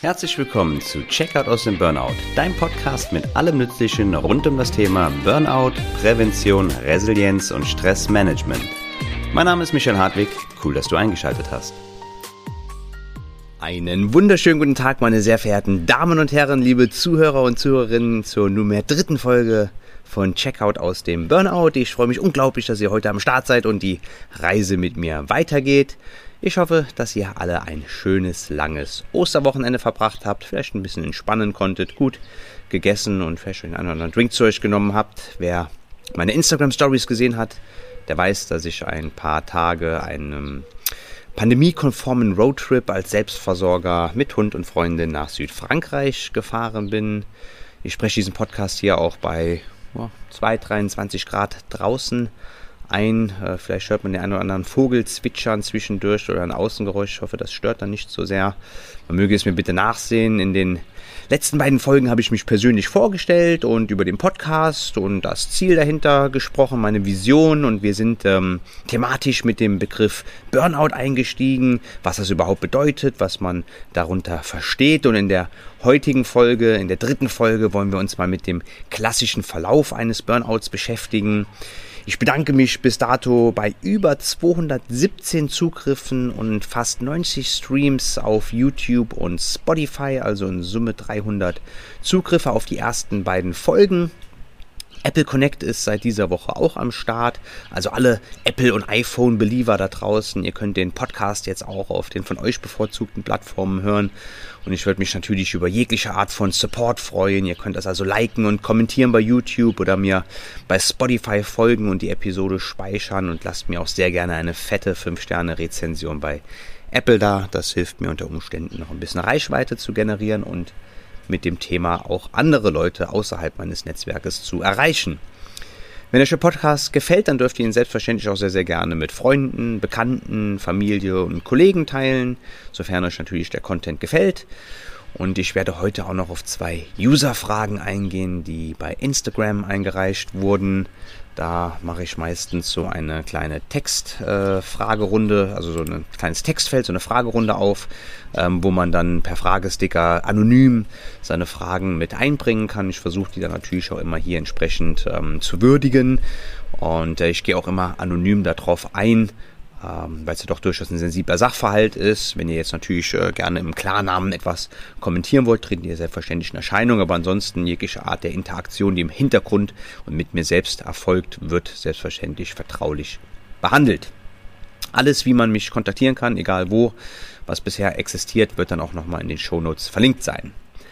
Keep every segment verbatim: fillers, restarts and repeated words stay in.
Herzlich willkommen zu Checkout aus dem Burnout, dein Podcast mit allem Nützlichen rund um das Thema Burnout, Prävention, Resilienz und Stressmanagement. Mein Name ist Michael Hartwig, cool, dass du eingeschaltet hast. Einen wunderschönen guten Tag, meine sehr verehrten Damen und Herren, liebe Zuhörer und Zuhörerinnen, zur nunmehr dritten Folge von Checkout aus dem Burnout. Ich freue mich unglaublich, dass ihr heute am Start seid und die Reise mit mir weitergeht. Ich hoffe, dass ihr alle ein schönes, langes Osterwochenende verbracht habt, vielleicht ein bisschen entspannen konntet, gut gegessen und vielleicht einen oder anderen Drink zu euch genommen habt. Wer meine Instagram-Stories gesehen hat, der weiß, dass ich ein paar Tage einen pandemiekonformen Roadtrip als Selbstversorger mit Hund und Freundin nach Südfrankreich gefahren bin. Ich spreche diesen Podcast hier auch bei oh, zwei, dreiundzwanzig Grad draußen ein. Äh, vielleicht hört man den einen oder anderen Vogel zwitschern zwischendurch oder ein Außengeräusch. Ich hoffe, das stört dann nicht so sehr. Man möge es mir bitte nachsehen. In den letzten beiden Folgen habe ich mich persönlich vorgestellt und über den Podcast und das Ziel dahinter gesprochen, meine Vision. Und wir sind ähm, thematisch mit dem Begriff Burnout eingestiegen, was das überhaupt bedeutet, was man darunter versteht. Und in der heutigen Folge, in der dritten Folge, wollen wir uns mal mit dem klassischen Verlauf eines Burnouts beschäftigen. Ich bedanke mich bis dato bei über zweihundertsiebzehn Zugriffen und fast neunzig Streams auf YouTube und Spotify, also in Summe dreihundert Zugriffe auf die ersten beiden Folgen. Apple Connect ist seit dieser Woche auch am Start, also alle Apple- und iPhone-Believer da draußen, ihr könnt den Podcast jetzt auch auf den von euch bevorzugten Plattformen hören und ich würde mich natürlich über jegliche Art von Support freuen. Ihr könnt das also liken und kommentieren bei YouTube oder mir bei Spotify folgen und die Episode speichern und lasst mir auch sehr gerne eine fette fünf Sterne Rezension bei Apple da. Das hilft mir unter Umständen noch ein bisschen Reichweite zu generieren und mit dem Thema auch andere Leute außerhalb meines Netzwerkes zu erreichen. Wenn euch der Podcast gefällt, dann dürft ihr ihn selbstverständlich auch sehr, sehr gerne mit Freunden, Bekannten, Familie und Kollegen teilen, sofern euch natürlich der Content gefällt. Und ich werde heute auch noch auf zwei User-Fragen eingehen, die bei Instagram eingereicht wurden. Da mache ich meistens so eine kleine Textfragerunde, äh, also so ein kleines Textfeld, so eine Fragerunde auf, ähm, wo man dann per Fragesticker anonym seine Fragen mit einbringen kann. Ich versuche die dann natürlich auch immer hier entsprechend ähm, zu würdigen und äh, ich gehe auch immer anonym darauf ein, Ähm, weil es ja doch durchaus ein sensibler Sachverhalt ist. Wenn ihr jetzt natürlich äh, gerne im Klarnamen etwas kommentieren wollt, treten ihr selbstverständlich in Erscheinung, aber ansonsten jegliche Art der Interaktion, die im Hintergrund und mit mir selbst erfolgt, wird selbstverständlich vertraulich behandelt. Alles, wie man mich kontaktieren kann, egal wo, was bisher existiert, wird dann auch nochmal in den Shownotes verlinkt sein.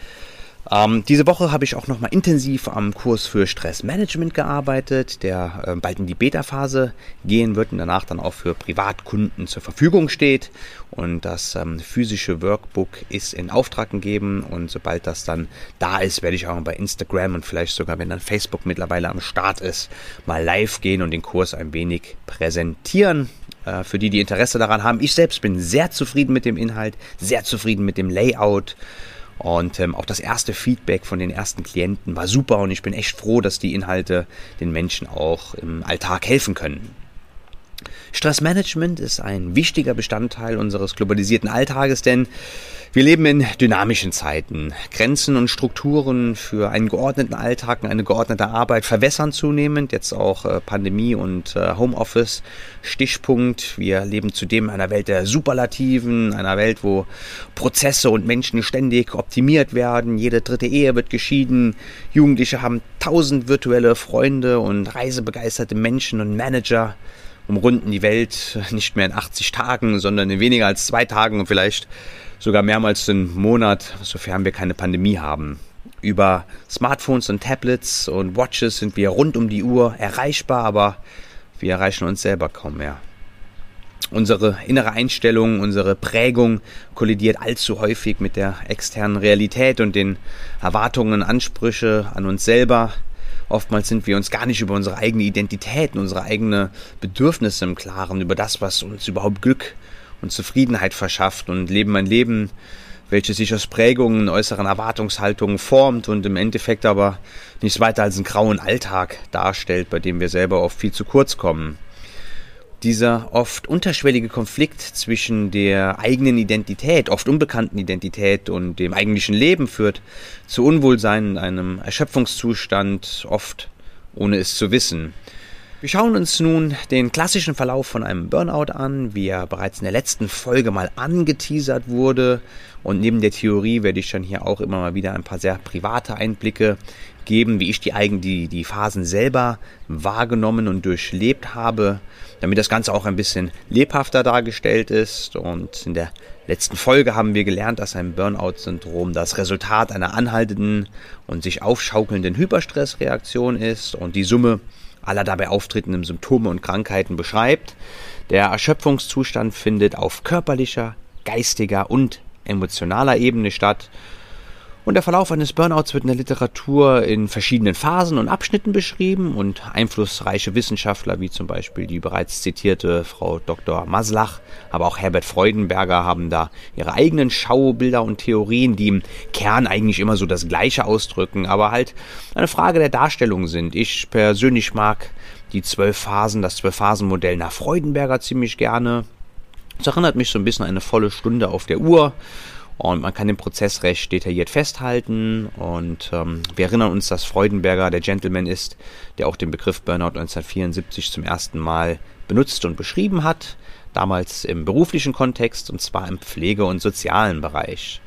Ähm, diese Woche habe ich auch nochmal intensiv am Kurs für Stressmanagement gearbeitet, der äh, bald in die Beta-Phase gehen wird und danach dann auch für Privatkunden zur Verfügung steht. Und das ähm, physische Workbook ist in Auftrag gegeben und sobald das dann da ist, werde ich auch bei Instagram und vielleicht sogar, wenn dann Facebook mittlerweile am Start ist, mal live gehen und den Kurs ein wenig präsentieren. Äh, für die, die Interesse daran haben. Ich selbst bin sehr zufrieden mit dem Inhalt, sehr zufrieden mit dem Layout. Und ähm, auch das erste Feedback von den ersten Klienten war super und ich bin echt froh, dass die Inhalte den Menschen auch im Alltag helfen können. Stressmanagement ist ein wichtiger Bestandteil unseres globalisierten Alltages, denn wir leben in dynamischen Zeiten. Grenzen und Strukturen für einen geordneten Alltag und eine geordnete Arbeit verwässern zunehmend. Jetzt auch äh, Pandemie und äh, Homeoffice. Stichpunkt, wir leben zudem in einer Welt der Superlativen, einer Welt, wo Prozesse und Menschen ständig optimiert werden. Jede dritte Ehe wird geschieden. Jugendliche haben tausend virtuelle Freunde und reisebegeisterte Menschen und Manager umrunden die Welt nicht mehr in achtzig Tagen, sondern in weniger als zwei Tagen und vielleicht sogar mehrmals im Monat, sofern wir keine Pandemie haben. Über Smartphones und Tablets und Watches sind wir rund um die Uhr erreichbar, aber wir erreichen uns selber kaum mehr. Unsere innere Einstellung, unsere Prägung kollidiert allzu häufig mit der externen Realität und den Erwartungen und Ansprüche an uns selber. Oftmals sind wir uns gar nicht über unsere eigene Identität und unsere eigenen Bedürfnisse im Klaren, über das, was uns überhaupt Glück und Zufriedenheit verschafft und leben ein Leben, welches sich aus Prägungen, äußeren Erwartungshaltungen formt und im Endeffekt aber nichts weiter als einen grauen Alltag darstellt, bei dem wir selber oft viel zu kurz kommen. Dieser oft unterschwellige Konflikt zwischen der eigenen Identität, oft unbekannten Identität und dem eigentlichen Leben führt zu Unwohlsein und einem Erschöpfungszustand, oft ohne es zu wissen. Wir schauen uns nun den klassischen Verlauf von einem Burnout an, wie er bereits in der letzten Folge mal angeteasert wurde. Und neben der Theorie werde ich dann hier auch immer mal wieder ein paar sehr private Einblicke geben, wie ich die, eigen, die, die Phasen selber wahrgenommen und durchlebt habe, damit das Ganze auch ein bisschen lebhafter dargestellt ist. Und in der letzten Folge haben wir gelernt, dass ein Burnout-Syndrom das Resultat einer anhaltenden und sich aufschaukelnden Hyperstressreaktion ist und die Summe aller dabei auftretenden Symptome und Krankheiten beschreibt. Der Erschöpfungszustand findet auf körperlicher, geistiger und emotionaler Ebene statt. Und der Verlauf eines Burnouts wird in der Literatur in verschiedenen Phasen und Abschnitten beschrieben und einflussreiche Wissenschaftler, wie zum Beispiel die bereits zitierte Frau Doktor Maslach, aber auch Herbert Freudenberger, haben da ihre eigenen Schaubilder und Theorien, die im Kern eigentlich immer so das Gleiche ausdrücken, aber halt eine Frage der Darstellung sind. Ich persönlich mag die zwölf Phasen, das Zwölf-Phasen-Modell nach Freudenberger ziemlich gerne. Es erinnert mich so ein bisschen an eine volle Stunde auf der Uhr. Und man kann den Prozess recht detailliert festhalten. Und ähm, wir erinnern uns, dass Freudenberger der Gentleman ist, der auch den Begriff Burnout neunzehnhundertvierundsiebzig zum ersten Mal benutzt und beschrieben hat. Damals im beruflichen Kontext, und zwar im Pflege- und sozialen Bereich.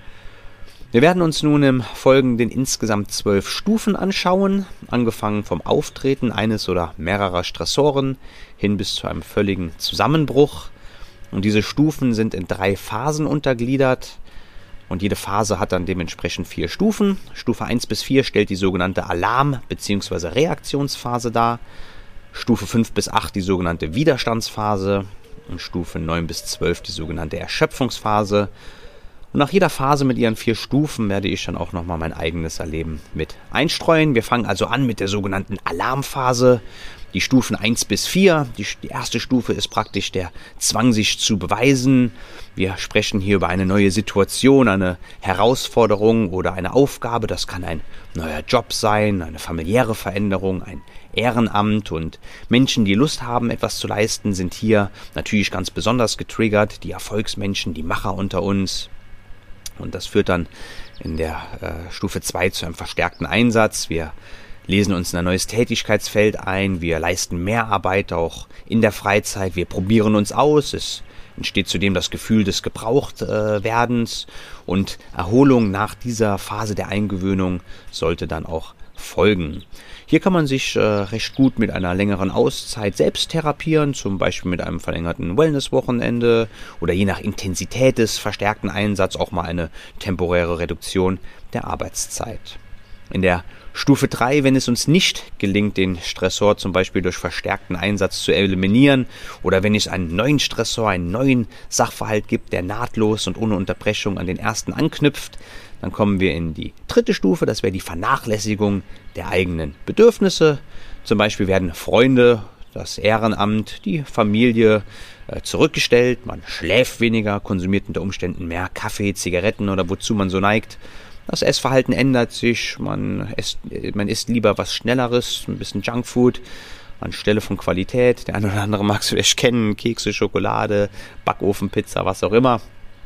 Wir werden uns nun im Folgenden insgesamt zwölf Stufen anschauen, angefangen vom Auftreten eines oder mehrerer Stressoren hin bis zu einem völligen Zusammenbruch. Und diese Stufen sind in drei Phasen untergliedert. Und jede Phase hat dann dementsprechend vier Stufen. Stufe eins bis vier stellt die sogenannte Alarm- bzw. Reaktionsphase dar. Stufe fünf bis acht die sogenannte Widerstandsphase. Und Stufe neun bis zwölf die sogenannte Erschöpfungsphase. Und nach jeder Phase mit ihren vier Stufen werde ich dann auch nochmal mein eigenes Erleben mit einstreuen. Wir fangen also an mit der sogenannten Alarmphase. Die Stufen eins bis vier. Die, die erste Stufe ist praktisch der Zwang, sich zu beweisen. Wir sprechen hier über eine neue Situation, eine Herausforderung oder eine Aufgabe. Das kann ein neuer Job sein, eine familiäre Veränderung, ein Ehrenamt. Und Menschen, die Lust haben, etwas zu leisten, sind hier natürlich ganz besonders getriggert. Die Erfolgsmenschen, die Macher unter uns. Und das führt dann in der äh, Stufe zwei zu einem verstärkten Einsatz. Wir lesen uns in ein neues Tätigkeitsfeld ein, wir leisten Mehrarbeit auch in der Freizeit, wir probieren uns aus, es entsteht zudem das Gefühl des Gebrauchtwerdens und Erholung nach dieser Phase der Eingewöhnung sollte dann auch folgen. Hier kann man sich äh, recht gut mit einer längeren Auszeit selbst therapieren, zum Beispiel mit einem verlängerten Wellness-Wochenende oder je nach Intensität des verstärkten Einsatzes auch mal eine temporäre Reduktion der Arbeitszeit. In der Stufe drei, wenn es uns nicht gelingt, den Stressor zum Beispiel durch verstärkten Einsatz zu eliminieren oder wenn es einen neuen Stressor, einen neuen Sachverhalt gibt, der nahtlos und ohne Unterbrechung an den ersten anknüpft, dann kommen wir in die dritte Stufe, das wäre die Vernachlässigung der eigenen Bedürfnisse. Zum Beispiel werden Freunde, das Ehrenamt, die Familie äh, zurückgestellt, man schläft weniger, konsumiert unter Umständen mehr Kaffee, Zigaretten oder wozu man so neigt. Das Essverhalten ändert sich, man isst, man isst lieber was Schnelleres, ein bisschen Junkfood, anstelle von Qualität. Der eine oder andere mag es vielleicht kennen, Kekse, Schokolade, Backofenpizza, was auch immer.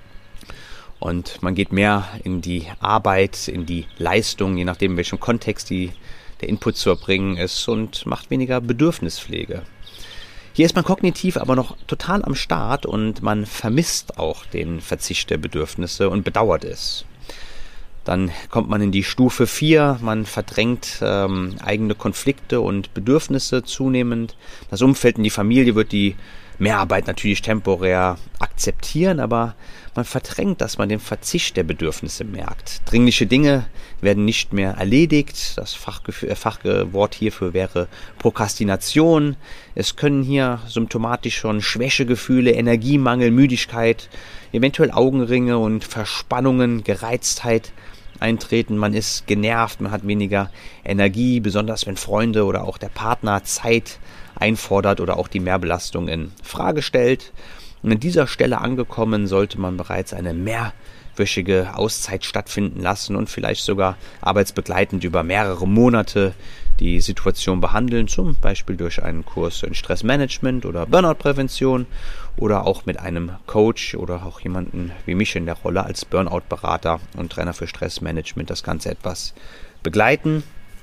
Und man geht mehr in die Arbeit, in die Leistung, je nachdem in welchem Kontext die, der Input zu erbringen ist und macht weniger Bedürfnispflege. Hier ist man kognitiv aber noch total am Start und man vermisst auch den Verzicht der Bedürfnisse und bedauert es. Dann kommt man in die Stufe vier, man verdrängt ähm, eigene Konflikte und Bedürfnisse zunehmend. Das Umfeld und die Familie wird die Mehrarbeit natürlich temporär akzeptieren, aber man verdrängt, dass man den Verzicht der Bedürfnisse merkt. Dringliche Dinge werden nicht mehr erledigt. Das Fachge- Fachwort hierfür wäre Prokrastination. Es können hier symptomatisch schon Schwächegefühle, Energiemangel, Müdigkeit, eventuell Augenringe und Verspannungen, Gereiztheit eintreten. Man ist genervt, man hat weniger Energie, besonders wenn Freunde oder auch der Partner Zeit einfordert oder auch die Mehrbelastung in Frage stellt. Und an dieser Stelle angekommen, sollte man bereits eine mehrwöchige Auszeit stattfinden lassen und vielleicht sogar arbeitsbegleitend über mehrere Monate die Situation behandeln, zum Beispiel durch einen Kurs in Stressmanagement oder Burnout-Prävention oder auch mit einem Coach oder auch jemanden wie mich in der Rolle als Burnout-Berater und Trainer für Stressmanagement das Ganze etwas begleiten.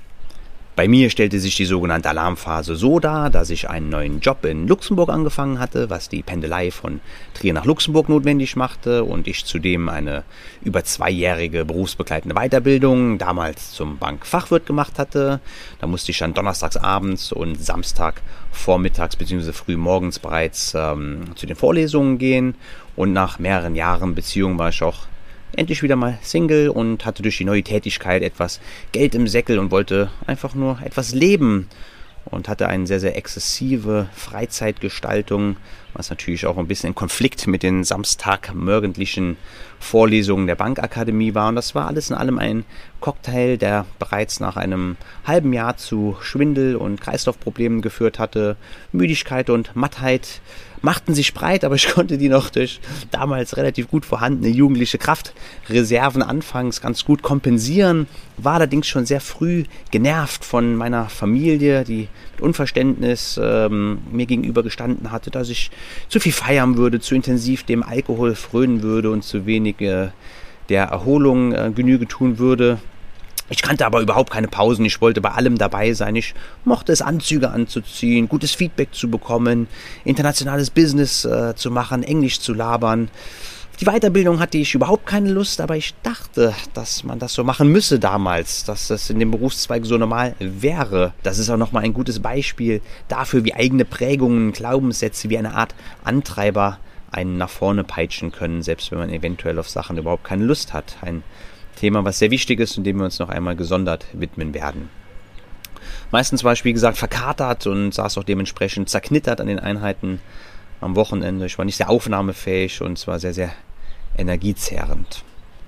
Bei mir stellte sich die sogenannte Alarmphase so dar, dass ich einen neuen Job in Luxemburg angefangen hatte, was die Pendelei von Trier nach Luxemburg notwendig machte und ich zudem eine über zweijährige berufsbegleitende Weiterbildung damals zum Bankfachwirt gemacht hatte. Da musste ich dann donnerstags abends und Samstag vormittags bzw. früh morgens bereits ähm, zu den Vorlesungen gehen und nach mehreren Jahren Beziehung war ich auch endlich wieder mal Single und hatte durch die neue Tätigkeit etwas Geld im Säckel und wollte einfach nur etwas leben und hatte eine sehr, sehr exzessive Freizeitgestaltung, was natürlich auch ein bisschen in Konflikt mit den samstagmorgendlichen Vorlesungen der Bankakademie war. Und das war alles in allem ein Cocktail, der bereits nach einem halben Jahr zu Schwindel- und Kreislaufproblemen geführt hatte. Müdigkeit und Mattheit machten sich breit, aber ich konnte die noch durch damals relativ gut vorhandene jugendliche Kraftreserven anfangs ganz gut kompensieren, war allerdings schon sehr früh genervt von meiner Familie, die mit Unverständnis ähm, mir gegenüber gestanden hatte, dass ich zu viel feiern würde, zu intensiv dem Alkohol frönen würde und zu wenig äh, der Erholung äh, Genüge tun würde. Ich kannte aber überhaupt keine Pausen, ich wollte bei allem dabei sein, ich mochte es, Anzüge anzuziehen, gutes Feedback zu bekommen, internationales Business äh, zu machen, Englisch zu labern. Auf die Weiterbildung hatte ich überhaupt keine Lust, aber ich dachte, dass man das so machen müsse damals, dass das in dem Berufszweig so normal wäre. Das ist auch nochmal ein gutes Beispiel dafür, wie eigene Prägungen, Glaubenssätze, wie eine Art Antreiber einen nach vorne peitschen können, selbst wenn man eventuell auf Sachen überhaupt keine Lust hat. Ein Thema, was sehr wichtig ist und dem wir uns noch einmal gesondert widmen werden. Meistens war ich, wie gesagt, verkatert und saß auch dementsprechend zerknittert an den Einheiten am Wochenende. Ich war nicht sehr aufnahmefähig und es war sehr, sehr energiezehrend.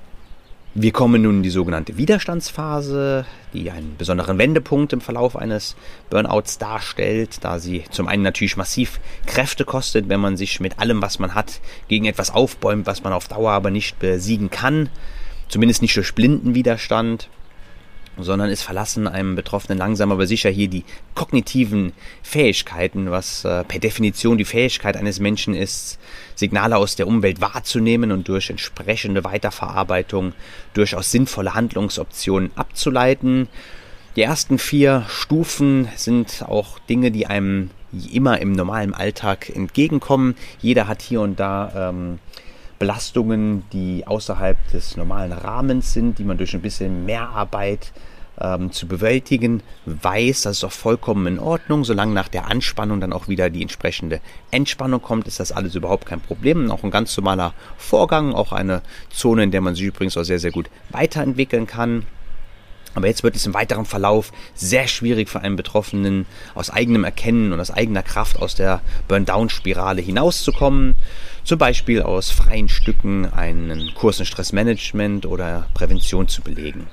Wir kommen nun in die sogenannte Widerstandsphase, die einen besonderen Wendepunkt im Verlauf eines Burnouts darstellt, da sie zum einen natürlich massiv Kräfte kostet, wenn man sich mit allem, was man hat, gegen etwas aufbäumt, was man auf Dauer aber nicht besiegen kann. Zumindest nicht durch blinden Widerstand, sondern es verlassen einem Betroffenen langsam aber sicher hier die kognitiven Fähigkeiten, was äh, per Definition die Fähigkeit eines Menschen ist, Signale aus der Umwelt wahrzunehmen und durch entsprechende Weiterverarbeitung durchaus sinnvolle Handlungsoptionen abzuleiten. Die ersten vier Stufen sind auch Dinge, die einem immer im normalen Alltag entgegenkommen. Jeder hat hier und da ähm, Belastungen, die außerhalb des normalen Rahmens sind, die man durch ein bisschen Mehrarbeit ähm, zu bewältigen weiß. Das ist auch vollkommen in Ordnung. Solange nach der Anspannung dann auch wieder die entsprechende Entspannung kommt, ist das alles überhaupt kein Problem. Auch ein ganz normaler Vorgang, auch eine Zone, in der man sich übrigens auch sehr, sehr gut weiterentwickeln kann. Aber jetzt wird es im weiteren Verlauf sehr schwierig für einen Betroffenen, aus eigenem Erkennen und aus eigener Kraft aus der Burn-Down-Spirale hinauszukommen. Zum Beispiel aus freien Stücken einen Kurs in Stressmanagement oder Prävention zu belegen.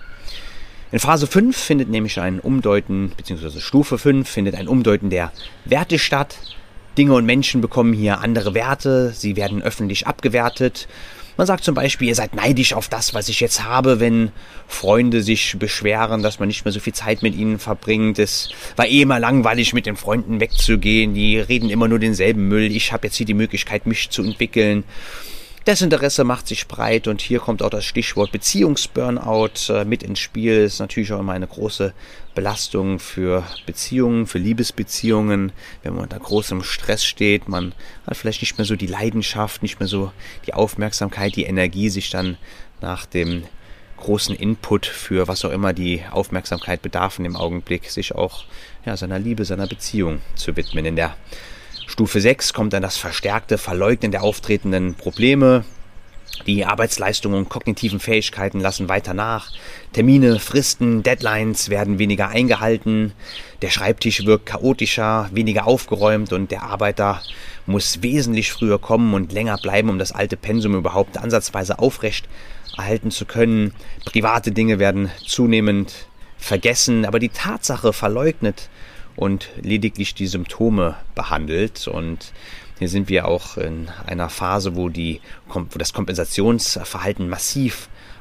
In Phase fünf findet nämlich ein Umdeuten, beziehungsweise Stufe fünf findet ein Umdeuten der Werte statt. Dinge und Menschen bekommen hier andere Werte, sie werden öffentlich abgewertet. Man sagt zum Beispiel, ihr seid neidisch auf das, was ich jetzt habe, wenn Freunde sich beschweren, dass man nicht mehr so viel Zeit mit ihnen verbringt. Es war eh immer langweilig, mit den Freunden wegzugehen. Die reden immer nur denselben Müll. Ich habe jetzt hier die Möglichkeit, mich zu entwickeln. Das Interesse macht sich breit und hier kommt auch das Stichwort Beziehungsburnout äh, mit ins Spiel. Das ist natürlich auch immer eine große Belastung für Beziehungen, für Liebesbeziehungen, wenn man unter großem Stress steht. Man hat vielleicht nicht mehr so die Leidenschaft, nicht mehr so die Aufmerksamkeit, die Energie, sich dann nach dem großen Input für was auch immer die Aufmerksamkeit bedarf in dem Augenblick, sich auch ja, seiner Liebe, seiner Beziehung zu widmen. In der Stufe sechs kommt dann das verstärkte Verleugnen der auftretenden Probleme. Die Arbeitsleistungen und kognitiven Fähigkeiten lassen weiter nach. Termine, Fristen, Deadlines werden weniger eingehalten. Der Schreibtisch wirkt chaotischer, weniger aufgeräumt und der Arbeiter muss wesentlich früher kommen und länger bleiben, um das alte Pensum überhaupt ansatzweise aufrecht erhalten zu können. Private Dinge werden zunehmend vergessen, aber die Tatsache verleugnet und lediglich die Symptome behandelt. Und hier sind wir auch in einer Phase, wo, die, wo das Kompensationsverhalten massiv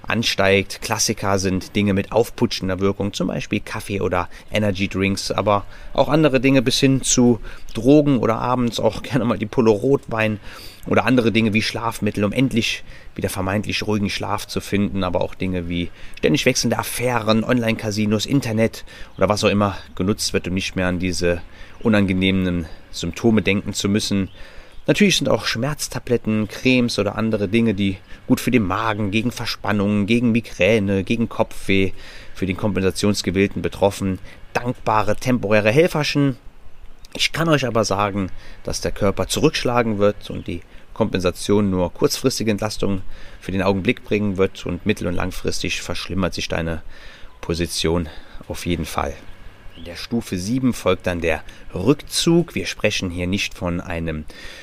ansteigt. Klassiker sind Dinge mit aufputschender Wirkung, zum Beispiel Kaffee oder Energy Drinks, aber auch andere Dinge bis hin zu Drogen oder abends auch gerne mal die Pulle Rotwein oder andere Dinge wie Schlafmittel, um endlich wieder vermeintlich ruhigen Schlaf zu finden, aber auch Dinge wie ständig wechselnde Affären, Online-Casinos, Internet oder was auch immer genutzt wird, um nicht mehr an diese unangenehmen Symptome denken zu müssen. Natürlich sind auch Schmerztabletten, Cremes oder andere Dinge, die gut für den Magen, gegen Verspannungen, gegen Migräne, gegen Kopfweh, für den kompensationsgewillten betroffen, dankbare temporäre Helferchen. Ich kann euch aber sagen, dass der Körper zurückschlagen wird und die Kompensation nur kurzfristige Entlastung für den Augenblick bringen wird und mittel- und langfristig verschlimmert sich deine Position auf jeden Fall. In der Stufe sieben folgt dann der Rückzug. Wir sprechen hier nicht von einem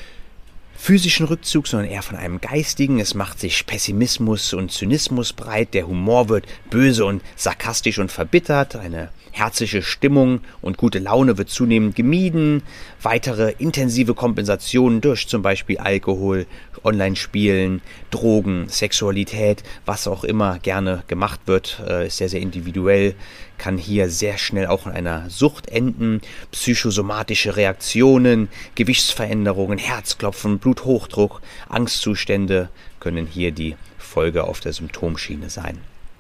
physischen Rückzug, sondern eher von einem geistigen. Es macht sich Pessimismus und Zynismus breit. Der Humor wird böse und sarkastisch und verbittert. Eine herzliche Stimmung und gute Laune wird zunehmend gemieden. Weitere intensive Kompensationen durch zum Beispiel Alkohol, Online-Spielen, Drogen, Sexualität, was auch immer gerne gemacht wird, ist sehr, sehr individuell, kann hier sehr schnell auch in einer Sucht enden. Psychosomatische Reaktionen, Gewichtsveränderungen, Herzklopfen, Bluthochdruck, Angstzustände können hier die Folge auf der Symptomschiene sein.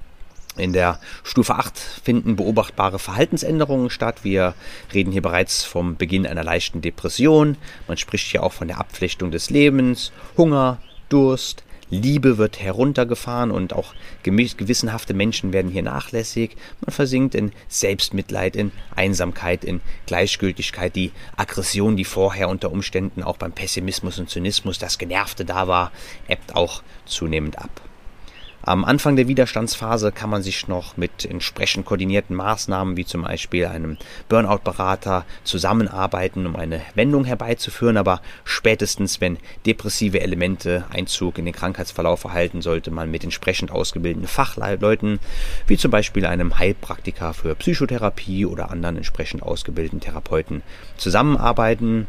In der Stufe acht finden beobachtbare Verhaltensänderungen statt. Wir reden hier bereits vom Beginn einer leichten Depression. Man spricht hier auch von der Abflechtung des Lebens. Hunger, Durst, Liebe wird heruntergefahren und auch gewissenhafte Menschen werden hier nachlässig. Man versinkt in Selbstmitleid, in Einsamkeit, in Gleichgültigkeit. Die Aggression, die vorher unter Umständen auch beim Pessimismus und Zynismus, das Genervte da war, ebbt auch zunehmend ab. Am Anfang der Widerstandsphase kann man sich noch mit entsprechend koordinierten Maßnahmen wie zum Beispiel einem Burnout-Berater zusammenarbeiten, um eine Wendung herbeizuführen, aber spätestens, wenn depressive Elemente Einzug in den Krankheitsverlauf erhalten, sollte man mit entsprechend ausgebildeten Fachleuten, wie zum Beispiel einem Heilpraktiker für Psychotherapie oder anderen entsprechend ausgebildeten Therapeuten zusammenarbeiten.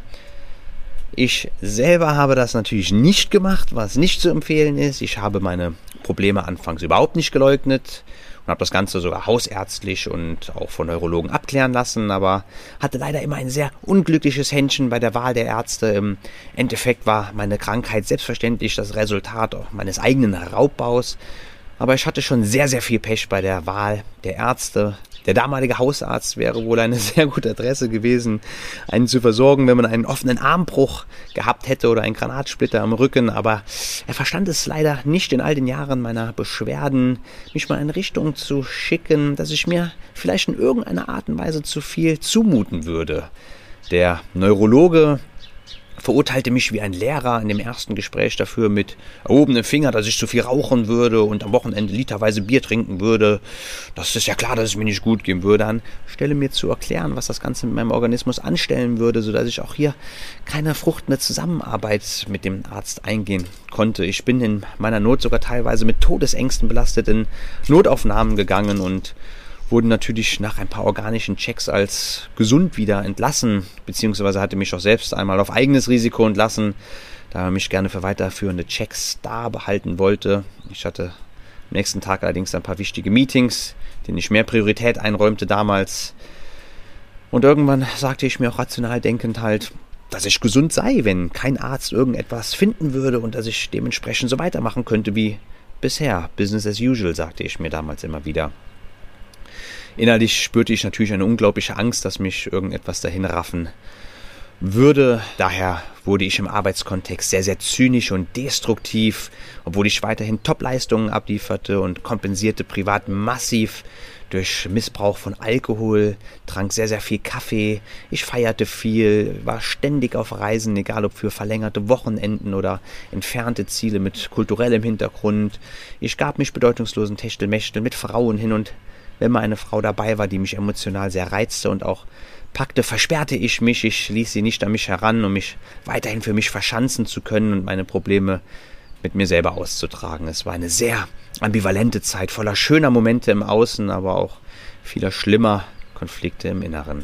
Ich selber habe das natürlich nicht gemacht, was nicht zu empfehlen ist. Ich habe meine Probleme anfangs überhaupt nicht geleugnet und habe das Ganze sogar hausärztlich und auch von Neurologen abklären lassen, aber hatte leider immer ein sehr unglückliches Händchen bei der Wahl der Ärzte. Im Endeffekt war meine Krankheit selbstverständlich das Resultat auch meines eigenen Raubbaus, aber ich hatte schon sehr, sehr viel Pech bei der Wahl der Ärzte. Der damalige Hausarzt wäre wohl eine sehr gute Adresse gewesen, einen zu versorgen, wenn man einen offenen Armbruch gehabt hätte oder einen Granatsplitter am Rücken. Aber er verstand es leider nicht in all den Jahren meiner Beschwerden, mich mal in Richtung zu schicken, dass ich mir vielleicht in irgendeiner Art und Weise zu viel zumuten würde. Der Neurologe verurteilte mich wie ein Lehrer in dem ersten Gespräch dafür mit erhobenem Finger, dass ich zu viel rauchen würde und am Wochenende literweise Bier trinken würde. Das ist ja klar, dass es mir nicht gut gehen würde. Anstelle mir zu erklären, was das Ganze mit meinem Organismus anstellen würde, sodass ich auch hier keine fruchtende Zusammenarbeit mit dem Arzt eingehen konnte. Ich bin in meiner Not sogar teilweise mit Todesängsten belastet in Notaufnahmen gegangen und wurden natürlich nach ein paar organischen Checks als gesund wieder entlassen, beziehungsweise hatte mich auch selbst einmal auf eigenes Risiko entlassen, da er mich gerne für weiterführende Checks da behalten wollte. Ich hatte am nächsten Tag allerdings ein paar wichtige Meetings, denen ich mehr Priorität einräumte damals. Und irgendwann sagte ich mir auch rational denkend halt, dass ich gesund sei, wenn kein Arzt irgendetwas finden würde und dass ich dementsprechend so weitermachen könnte wie bisher. Business as usual, sagte ich mir damals immer wieder. Innerlich spürte ich natürlich eine unglaubliche Angst, dass mich irgendetwas dahin raffen würde. Daher wurde ich im Arbeitskontext sehr, sehr zynisch und destruktiv, obwohl ich weiterhin Top-Leistungen ablieferte und kompensierte privat massiv durch Missbrauch von Alkohol, trank sehr, sehr viel Kaffee, ich feierte viel, war ständig auf Reisen, egal ob für verlängerte Wochenenden oder entfernte Ziele mit kulturellem Hintergrund. Ich gab mich bedeutungslosen Techtelmechtel mit Frauen hin und wenn mal eine Frau dabei war, die mich emotional sehr reizte und auch packte, versperrte ich mich. Ich ließ sie nicht an mich heran, um mich weiterhin für mich verschanzen zu können und meine Probleme mit mir selber auszutragen. Es war eine sehr ambivalente Zeit, voller schöner Momente im Außen, aber auch vieler schlimmer Konflikte im Inneren.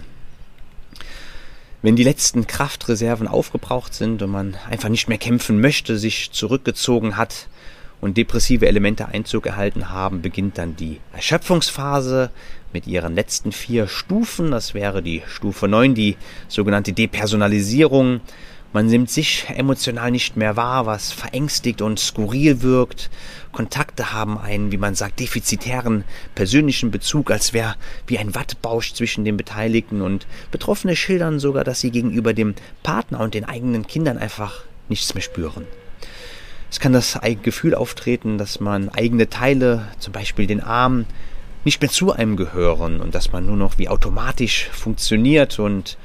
Wenn die letzten Kraftreserven aufgebraucht sind und man einfach nicht mehr kämpfen möchte, sich zurückgezogen hat und depressive Elemente Einzug erhalten haben, beginnt dann die Erschöpfungsphase mit ihren letzten vier Stufen. Das wäre die Stufe neun, die sogenannte Depersonalisierung. Man nimmt sich emotional nicht mehr wahr, was verängstigt und skurril wirkt. Kontakte haben einen, wie man sagt, defizitären persönlichen Bezug, als wäre wie ein Wattebausch zwischen den Beteiligten, und Betroffene schildern sogar, dass sie gegenüber dem Partner und den eigenen Kindern einfach nichts mehr spüren. Es kann das Gefühl auftreten, dass man eigene Teile, zum Beispiel den Arm, nicht mehr zu einem gehören und dass man nur noch wie automatisch funktioniert, und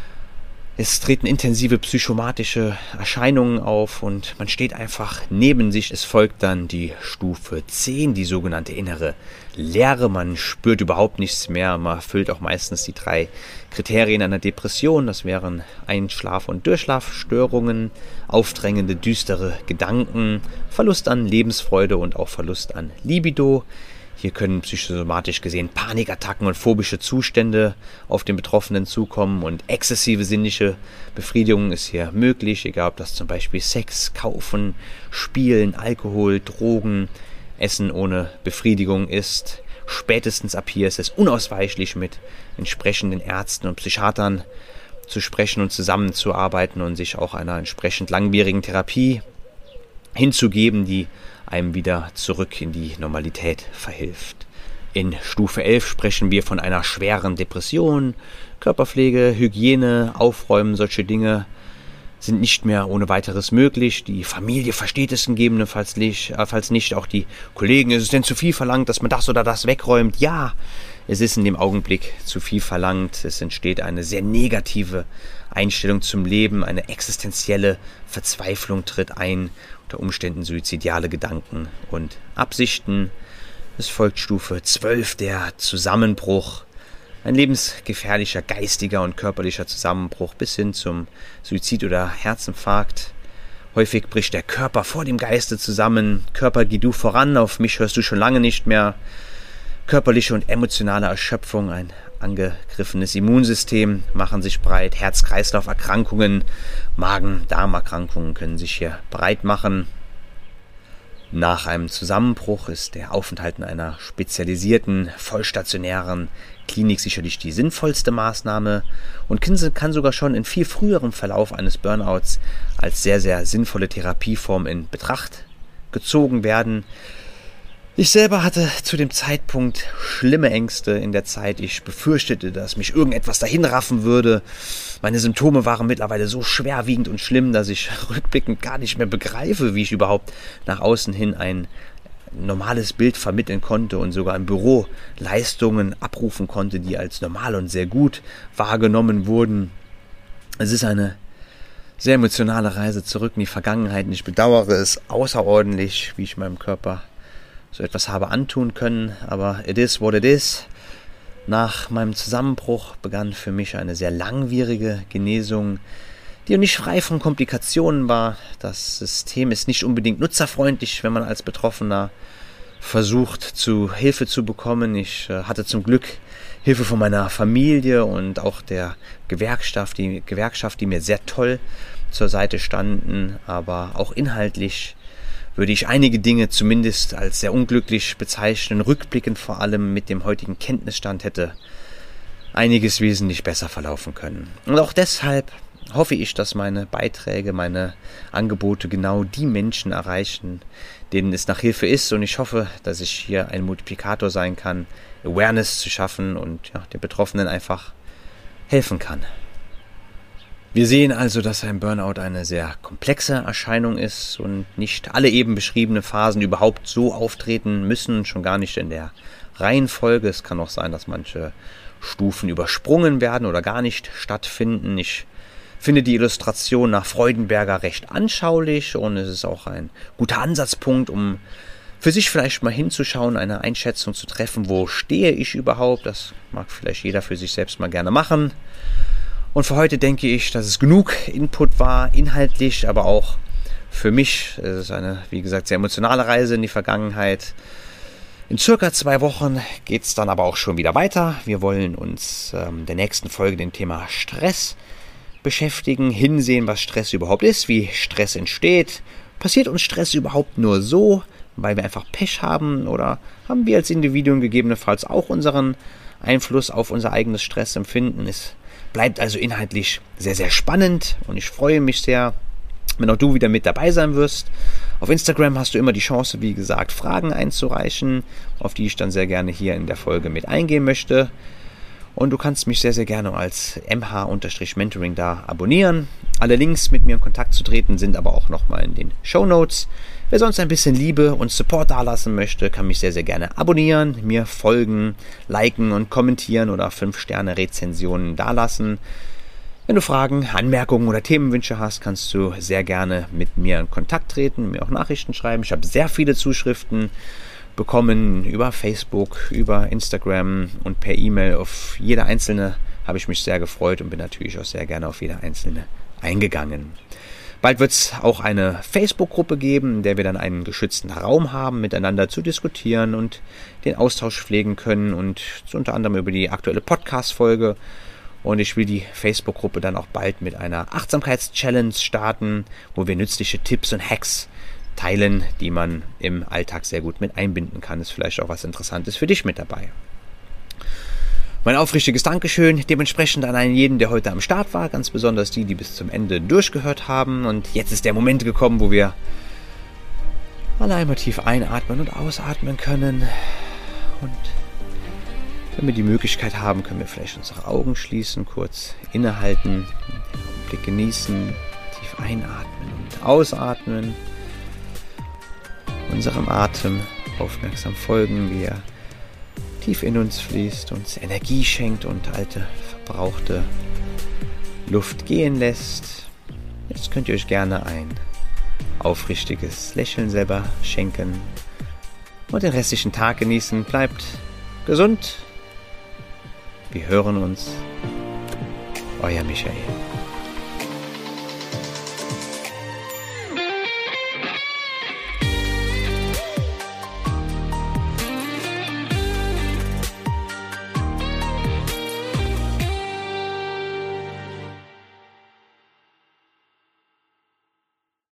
es treten intensive psychomatische Erscheinungen auf und man steht einfach neben sich. Es folgt dann die Stufe zehn, die sogenannte innere Leere. Man spürt überhaupt nichts mehr. Man erfüllt auch meistens die drei Kriterien einer Depression. Das wären Einschlaf- und Durchschlafstörungen, aufdrängende, düstere Gedanken, Verlust an Lebensfreude und auch Verlust an Libido. Hier können psychosomatisch gesehen Panikattacken und phobische Zustände auf den Betroffenen zukommen, und exzessive sinnliche Befriedigung ist hier möglich, egal ob das zum Beispiel Sex, Kaufen, Spielen, Alkohol, Drogen, Essen ohne Befriedigung ist. Spätestens ab hier ist es unausweichlich, mit entsprechenden Ärzten und Psychiatern zu sprechen und zusammenzuarbeiten und sich auch einer entsprechend langwierigen Therapie hinzugeben, die einem wieder zurück in die Normalität verhilft. In Stufe elf sprechen wir von einer schweren Depression. Körperpflege, Hygiene, Aufräumen, solche Dinge sind nicht mehr ohne weiteres möglich. Die Familie versteht es gegebenenfalls nicht, äh, falls nicht. Auch die Kollegen, ist es denn zu viel verlangt, dass man das oder das wegräumt? Ja, es ist in dem Augenblick zu viel verlangt. Es entsteht eine sehr negative Einstellung zum Leben, eine existenzielle Verzweiflung tritt ein, unter Umständen suizidiale Gedanken und Absichten. Es folgt Stufe zwölf, der Zusammenbruch. Ein lebensgefährlicher geistiger und körperlicher Zusammenbruch bis hin zum Suizid oder Herzinfarkt. Häufig bricht der Körper vor dem Geiste zusammen. Körper, geh du voran, auf mich hörst du schon lange nicht mehr. Körperliche und emotionale Erschöpfung, ein angegriffenes Immunsystem machen sich breit. Herz-Kreislauf-Erkrankungen, Magen-Darm-Erkrankungen können sich hier breit machen. Nach einem Zusammenbruch ist der Aufenthalt in einer spezialisierten, vollstationären Klinik sicherlich die sinnvollste Maßnahme und kann sogar schon in viel früherem Verlauf eines Burnouts als sehr, sehr sinnvolle Therapieform in Betracht gezogen werden. Ich selber hatte zu dem Zeitpunkt schlimme Ängste in der Zeit. Ich befürchtete, dass mich irgendetwas dahinraffen würde. Meine Symptome waren mittlerweile so schwerwiegend und schlimm, dass ich rückblickend gar nicht mehr begreife, wie ich überhaupt nach außen hin ein normales Bild vermitteln konnte und sogar im Büro Leistungen abrufen konnte, die als normal und sehr gut wahrgenommen wurden. Es ist eine sehr emotionale Reise zurück in die Vergangenheit und ich bedauere es außerordentlich, wie ich meinem Körper so etwas habe antun können, aber it is what it is. Nach meinem Zusammenbruch begann für mich eine sehr langwierige Genesung, die nicht frei von Komplikationen war. Das System ist nicht unbedingt nutzerfreundlich, wenn man als Betroffener versucht, zu Hilfe zu bekommen. Ich äh, hatte zum Glück Hilfe von meiner Familie und auch der Gewerkschaft, die Gewerkschaft, die mir sehr toll zur Seite standen, aber auch inhaltlich würde ich einige Dinge zumindest als sehr unglücklich bezeichnen. Rückblickend vor allem mit dem heutigen Kenntnisstand hätte einiges wesentlich besser verlaufen können. Und auch deshalb hoffe ich, dass meine Beiträge, meine Angebote genau die Menschen erreichen, denen es nach Hilfe ist. Und ich hoffe, dass ich hier ein Multiplikator sein kann, Awareness zu schaffen und ja, den Betroffenen einfach helfen kann. Wir sehen also, dass ein Burnout eine sehr komplexe Erscheinung ist und nicht alle eben beschriebenen Phasen überhaupt so auftreten müssen, schon gar nicht in der Reihenfolge. Es kann auch sein, dass manche Stufen übersprungen werden oder gar nicht stattfinden. Ich finde die Illustration nach Freudenberger recht anschaulich und es ist auch ein guter Ansatzpunkt, um für sich vielleicht mal hinzuschauen, eine Einschätzung zu treffen, wo stehe ich überhaupt. Das mag vielleicht jeder für sich selbst mal gerne machen. Und für heute denke ich, dass es genug Input war, inhaltlich, aber auch für mich. Es ist eine, wie gesagt, sehr emotionale Reise in die Vergangenheit. In circa zwei Wochen geht es dann aber auch schon wieder weiter. Wir wollen uns ähm, der nächsten Folge dem Thema Stress beschäftigen, hinsehen, was Stress überhaupt ist, wie Stress entsteht. Passiert uns Stress überhaupt nur so? weil wir einfach Pech haben, oder haben wir als Individuen gegebenenfalls auch unseren Einfluss auf unser eigenes Stressempfinden? Es bleibt also inhaltlich sehr, sehr spannend und ich freue mich sehr, wenn auch du wieder mit dabei sein wirst. Auf Instagram hast du immer die Chance, wie gesagt, Fragen einzureichen, auf die ich dann sehr gerne hier in der Folge mit eingehen möchte. Und du kannst mich sehr, sehr gerne als M H-Mentoring da abonnieren. Alle Links, mit mir in Kontakt zu treten, sind aber auch nochmal in den Shownotes. Wer sonst ein bisschen Liebe und Support dalassen möchte, kann mich sehr, sehr gerne abonnieren, mir folgen, liken und kommentieren oder fünf Sterne Rezensionen dalassen. Wenn du Fragen, Anmerkungen oder Themenwünsche hast, kannst du sehr gerne mit mir in Kontakt treten, mir auch Nachrichten schreiben. Ich habe sehr viele Zuschriften bekommen über Facebook, über Instagram und per E-Mail. Auf jede einzelne habe ich mich sehr gefreut und bin natürlich auch sehr gerne auf jede einzelne eingegangen. Bald wird es auch eine Facebook-Gruppe geben, in der wir dann einen geschützten Raum haben, miteinander zu diskutieren und den Austausch pflegen können und unter anderem über die aktuelle Podcast-Folge. Und ich will die Facebook-Gruppe dann auch bald mit einer Achtsamkeits-Challenge starten, wo wir nützliche Tipps und Hacks teilen, die man im Alltag sehr gut mit einbinden kann. Ist vielleicht auch was Interessantes für dich mit dabei. Mein aufrichtiges Dankeschön dementsprechend an einen jeden, der heute am Start war, ganz besonders die, die bis zum Ende durchgehört haben. Und jetzt ist der Moment gekommen, wo wir mal einmal tief einatmen und ausatmen können. Und wenn wir die Möglichkeit haben, können wir vielleicht unsere Augen schließen, kurz innehalten, den Augenblick genießen, tief einatmen und ausatmen. Unserem Atem aufmerksam folgen, wie er tief in uns fließt, uns Energie schenkt und alte, verbrauchte Luft gehen lässt. Jetzt könnt ihr euch gerne ein aufrichtiges Lächeln selber schenken und den restlichen Tag genießen. Bleibt gesund. Wir hören uns. Euer Michael.